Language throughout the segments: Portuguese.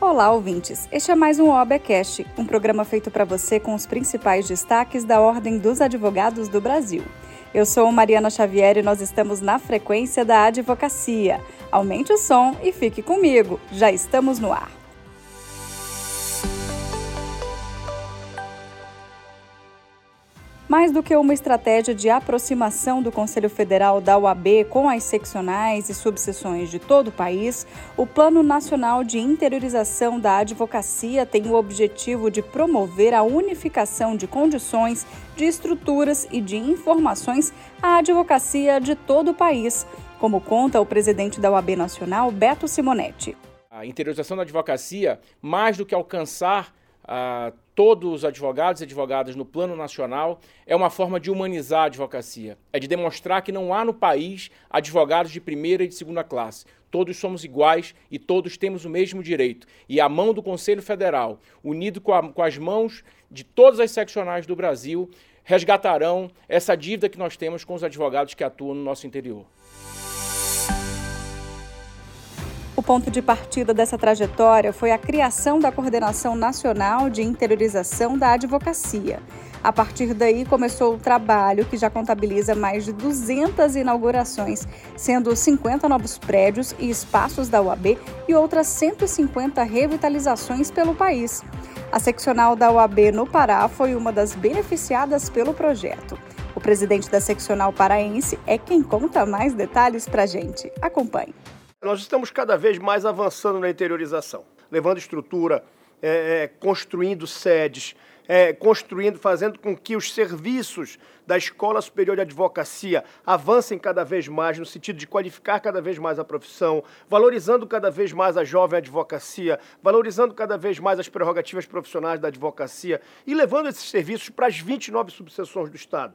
Olá, ouvintes! Este é mais um OABcast, um programa feito para você com os principais destaques da Ordem dos Advogados do Brasil. Eu sou Mariana Xavier e nós estamos na frequência da advocacia. Aumente o som e fique comigo, já estamos no ar. Mais do que uma estratégia de aproximação do Conselho Federal da OAB com as seccionais e subseções de todo o país, o Plano Nacional de Interiorização da Advocacia tem o objetivo de promover a unificação de condições, de estruturas e de informações à advocacia de todo o país, como conta o presidente da OAB Nacional, Beto Simonetti. A interiorização da advocacia, mais do que alcançar todos os advogados e advogadas no plano nacional, é uma forma de humanizar a advocacia. É de demonstrar que não há no país advogados de primeira e de segunda classe. Todos somos iguais e todos temos o mesmo direito. E a mão do Conselho Federal, unido com as mãos de todas as seccionais do Brasil, resgatarão essa dívida que nós temos com os advogados que atuam no nosso interior. O ponto de partida dessa trajetória foi a criação da Coordenação Nacional de Interiorização da Advocacia. A partir daí começou o trabalho, que já contabiliza mais de 200 inaugurações, sendo 50 novos prédios e espaços da OAB e outras 150 revitalizações pelo país. A seccional da OAB no Pará foi uma das beneficiadas pelo projeto. O presidente da seccional paraense é quem conta mais detalhes pra gente. Acompanhe. Nós estamos cada vez mais avançando na interiorização, levando estrutura, construindo sedes, fazendo com que os serviços da Escola Superior de Advocacia avancem cada vez mais no sentido de qualificar cada vez mais a profissão, valorizando cada vez mais a jovem advocacia, valorizando cada vez mais as prerrogativas profissionais da advocacia e levando esses serviços para as 29 subseções do Estado.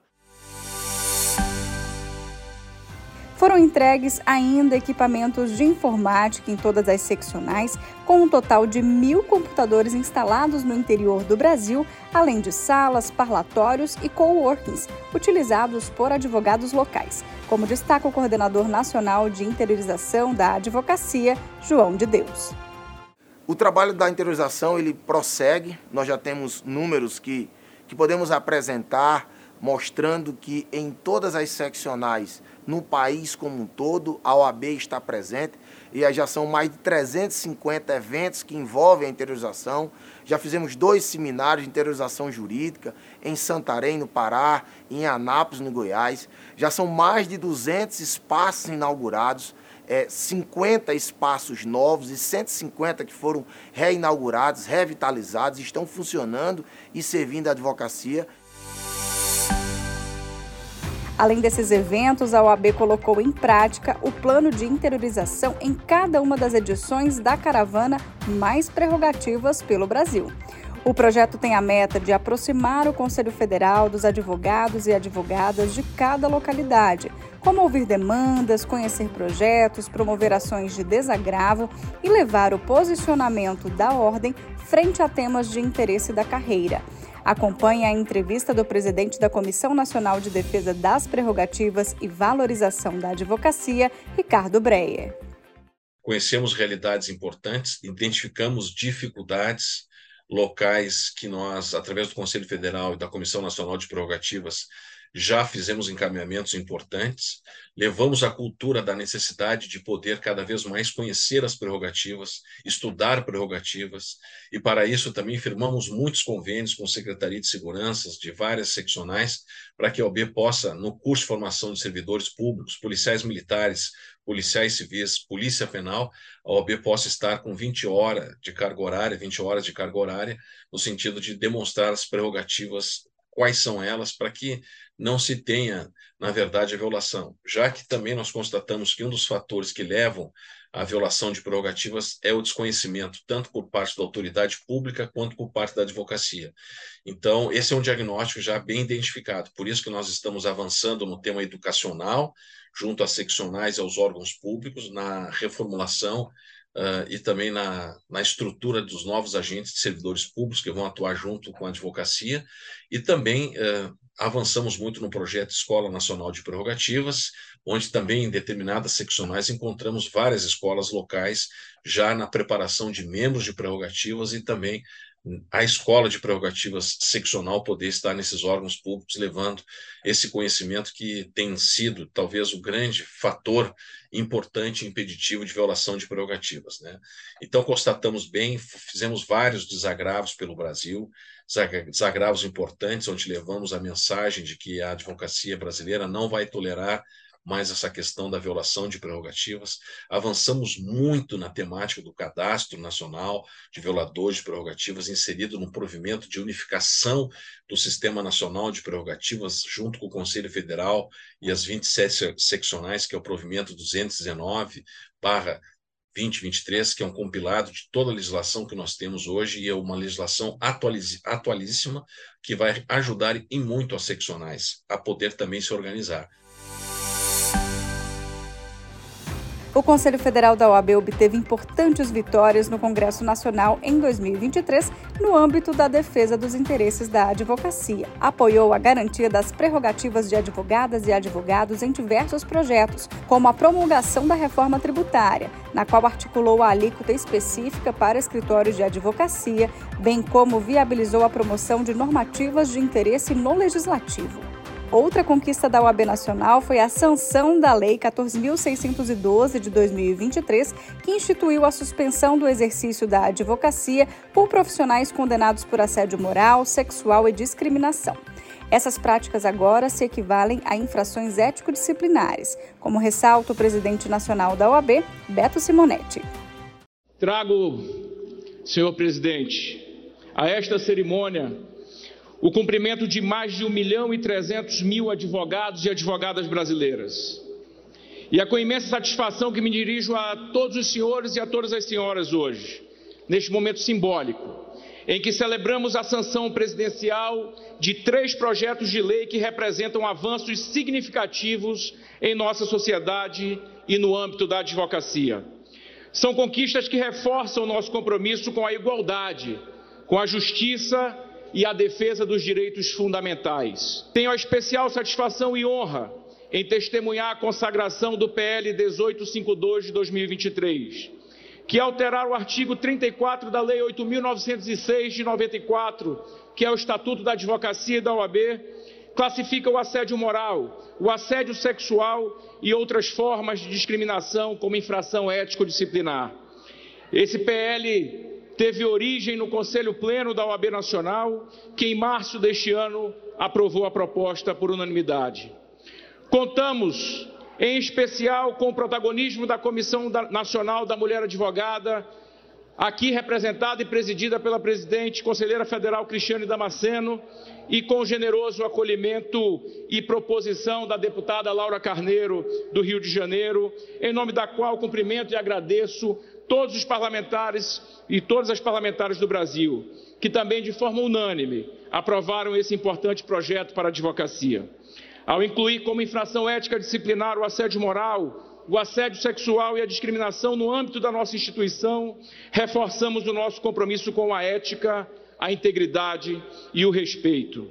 Foram entregues ainda equipamentos de informática em todas as seccionais, com um total de 1.000 computadores instalados no interior do Brasil, além de salas, parlatórios e coworkings, utilizados por advogados locais, como destaca o coordenador nacional de interiorização da advocacia, João de Deus. O trabalho da interiorização ele prossegue, nós já temos números que podemos apresentar, mostrando que em todas as seccionais, no país como um todo, a OAB está presente e já são mais de 350 eventos que envolvem a interiorização. Já fizemos 2 seminários de interiorização jurídica em Santarém, no Pará, em Anápolis, no Goiás. Já são mais de 200 espaços inaugurados, 50 espaços novos e 150 que foram reinaugurados, revitalizados, estão funcionando e servindo a advocacia. Além desses eventos, a OAB colocou em prática o plano de interiorização em cada uma das edições da caravana Mais Prerrogativas pelo Brasil. O projeto tem a meta de aproximar o Conselho Federal dos advogados e advogadas de cada localidade, como ouvir demandas, conhecer projetos, promover ações de desagravo e levar o posicionamento da ordem frente a temas de interesse da carreira. Acompanhe a entrevista do presidente da Comissão Nacional de Defesa das Prerrogativas e Valorização da Advocacia, Ricardo Breyer. Conhecemos realidades importantes, identificamos dificuldades locais que nós, através do Conselho Federal e da Comissão Nacional de Prerrogativas, já fizemos encaminhamentos importantes, levamos a cultura da necessidade de poder cada vez mais conhecer as prerrogativas, estudar prerrogativas, e para isso também firmamos muitos convênios com Secretaria de Segurança de várias seccionais, para que a OAB possa, no curso de formação de servidores públicos, policiais militares, policiais civis, polícia penal, a OAB possa estar com 20 horas de carga horária, no sentido de demonstrar as prerrogativas, quais são elas, para que não se tenha, na verdade, a violação, já que também nós constatamos que um dos fatores que levam à violação de prerrogativas é o desconhecimento, tanto por parte da autoridade pública quanto por parte da advocacia. Então, esse é um diagnóstico já bem identificado, por isso que nós estamos avançando no tema educacional, junto às seccionais e aos órgãos públicos, na reformulação e também na estrutura dos novos agentes de servidores públicos que vão atuar junto com a advocacia, e também avançamos muito no projeto Escola Nacional de Prerrogativas, onde também em determinadas seccionais encontramos várias escolas locais já na preparação de membros de prerrogativas e também a escola de prerrogativas seccional poder estar nesses órgãos públicos levando esse conhecimento que tem sido talvez o grande fator importante e impeditivo de violação de prerrogativas, né? Então constatamos bem, fizemos vários desagravos pelo Brasil, desagravos importantes, onde levamos a mensagem de que a advocacia brasileira não vai tolerar mais essa questão da violação de prerrogativas. Avançamos muito na temática do Cadastro Nacional de Violadores de Prerrogativas, inserido no provimento de unificação do Sistema Nacional de Prerrogativas, junto com o Conselho Federal e as 27 seccionais, que é o provimento 219/2023, que é um compilado de toda a legislação que nós temos hoje, e é uma legislação atualíssima, que vai ajudar em muito as seccionais a poder também se organizar. O Conselho Federal da OAB obteve importantes vitórias no Congresso Nacional em 2023 no âmbito da defesa dos interesses da advocacia. Apoiou a garantia das prerrogativas de advogadas e advogados em diversos projetos, como a promulgação da reforma tributária, na qual articulou a alíquota específica para escritórios de advocacia, bem como viabilizou a promoção de normativas de interesse no legislativo. Outra conquista da OAB Nacional foi a sanção da Lei 14.612 de 2023, que instituiu a suspensão do exercício da advocacia por profissionais condenados por assédio moral, sexual e discriminação. Essas práticas agora se equivalem a infrações ético-disciplinares, como ressalta o presidente nacional da OAB, Beto Simonetti. Trago, senhor presidente, a esta cerimônia o cumprimento de mais de 1.300.000 advogados e advogadas brasileiras. E é com imensa satisfação que me dirijo a todos os senhores e a todas as senhoras hoje, neste momento simbólico, em que celebramos a sanção presidencial de 3 projetos de lei que representam avanços significativos em nossa sociedade e no âmbito da advocacia. São conquistas que reforçam o nosso compromisso com a igualdade, com a justiça e a defesa dos direitos fundamentais. Tenho a especial satisfação e honra em testemunhar a consagração do PL 1852 de 2023, que alterar o artigo 34 da Lei 8.906 de 94, que é o Estatuto da Advocacia e da OAB, classifica o assédio moral, o assédio sexual e outras formas de discriminação como infração ético-disciplinar. Esse PL teve origem no Conselho Pleno da OAB Nacional, que em março deste ano aprovou a proposta por unanimidade. Contamos, em especial, com o protagonismo da Comissão Nacional da Mulher Advogada, aqui representada e presidida pela presidente conselheira federal Cristiane Damasceno, e com o generoso acolhimento e proposição da deputada Laura Carneiro, do Rio de Janeiro, em nome da qual cumprimento e agradeço todos os parlamentares e todas as parlamentares do Brasil, que também de forma unânime aprovaram esse importante projeto para a advocacia. Ao incluir como infração ética disciplinar o assédio moral, o assédio sexual e a discriminação no âmbito da nossa instituição, reforçamos o nosso compromisso com a ética, a integridade e o respeito.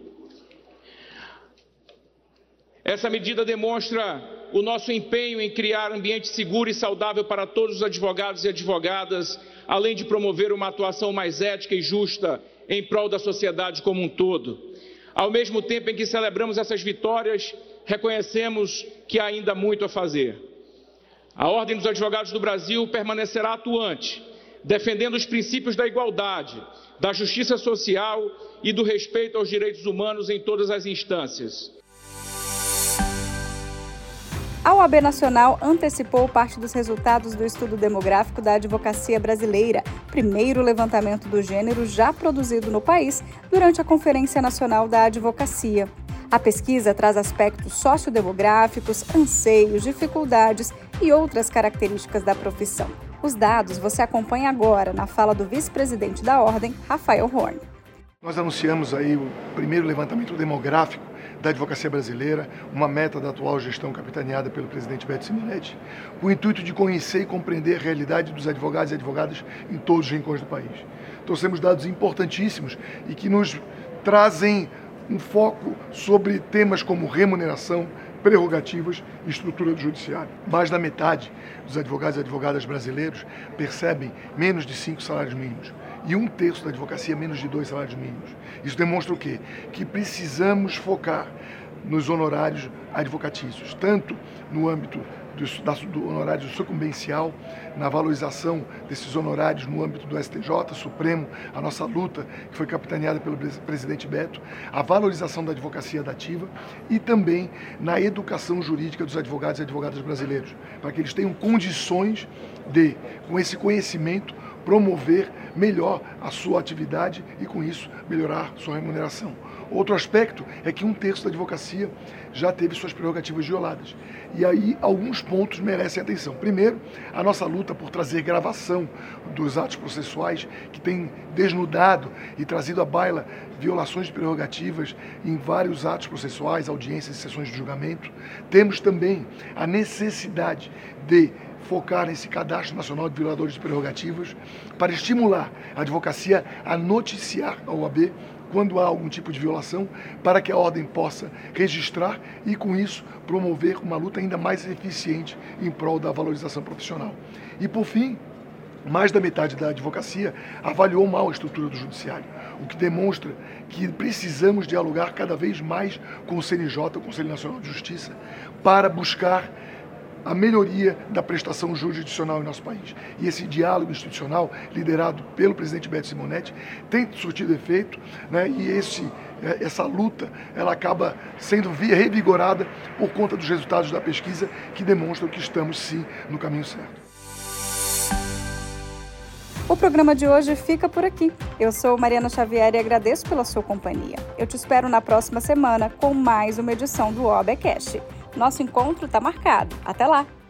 Essa medida demonstra o nosso empenho em criar um ambiente seguro e saudável para todos os advogados e advogadas, além de promover uma atuação mais ética e justa em prol da sociedade como um todo. Ao mesmo tempo em que celebramos essas vitórias, reconhecemos que há ainda muito a fazer. A Ordem dos Advogados do Brasil permanecerá atuante, defendendo os princípios da igualdade, da justiça social e do respeito aos direitos humanos em todas as instâncias. A OAB Nacional antecipou parte dos resultados do estudo demográfico da advocacia brasileira, primeiro levantamento do gênero já produzido no país durante a Conferência Nacional da Advocacia. A pesquisa traz aspectos sociodemográficos, anseios, dificuldades e outras características da profissão. Os dados você acompanha agora na fala do vice-presidente da Ordem, Rafael Horn. Nós anunciamos aí o primeiro levantamento demográfico da advocacia brasileira, uma meta da atual gestão capitaneada pelo presidente Beto Simonetti, com o intuito de conhecer e compreender a realidade dos advogados e advogadas em todos os rincões do país. Trouxemos dados importantíssimos e que nos trazem um foco sobre temas como remuneração, prerrogativas e estrutura do judiciário. Mais da metade dos advogados e advogadas brasileiros percebem menos de 5 salários mínimos. E 1/3 da advocacia menos de 2 salários mínimos. Isso demonstra o quê? Que precisamos focar nos honorários advocatícios, tanto no âmbito do honorário sucumbencial, na valorização desses honorários no âmbito do STJ, Supremo, a nossa luta, que foi capitaneada pelo presidente Beto, a valorização da advocacia dativa e também na educação jurídica dos advogados e advogadas brasileiros, para que eles tenham condições de, com esse conhecimento, promover melhor a sua atividade e, com isso, melhorar sua remuneração. Outro aspecto é que 1/3 da advocacia já teve suas prerrogativas violadas. E aí, alguns pontos merecem atenção. Primeiro, a nossa luta por trazer gravação dos atos processuais, que tem desnudado e trazido à baila violações de prerrogativas em vários atos processuais, audiências e sessões de julgamento. Temos também a necessidade de focar nesse cadastro nacional de violadores de prerrogativas para estimular a advocacia a noticiar a OAB quando há algum tipo de violação, para que a ordem possa registrar e, com isso, promover uma luta ainda mais eficiente em prol da valorização profissional. E, por fim, mais da metade da advocacia avaliou mal a estrutura do judiciário, o que demonstra que precisamos dialogar cada vez mais com o CNJ, o Conselho Nacional de Justiça, para buscar a melhoria da prestação jurisdicional em nosso país. E esse diálogo institucional, liderado pelo presidente Beto Simonetti, tem surtido efeito, né? E essa luta ela acaba sendo revigorada por conta dos resultados da pesquisa, que demonstram que estamos, sim, no caminho certo. O programa de hoje fica por aqui. Eu sou Mariana Xavier e agradeço pela sua companhia. Eu te espero na próxima semana com mais uma edição do OABcast. Nosso encontro está marcado. Até lá!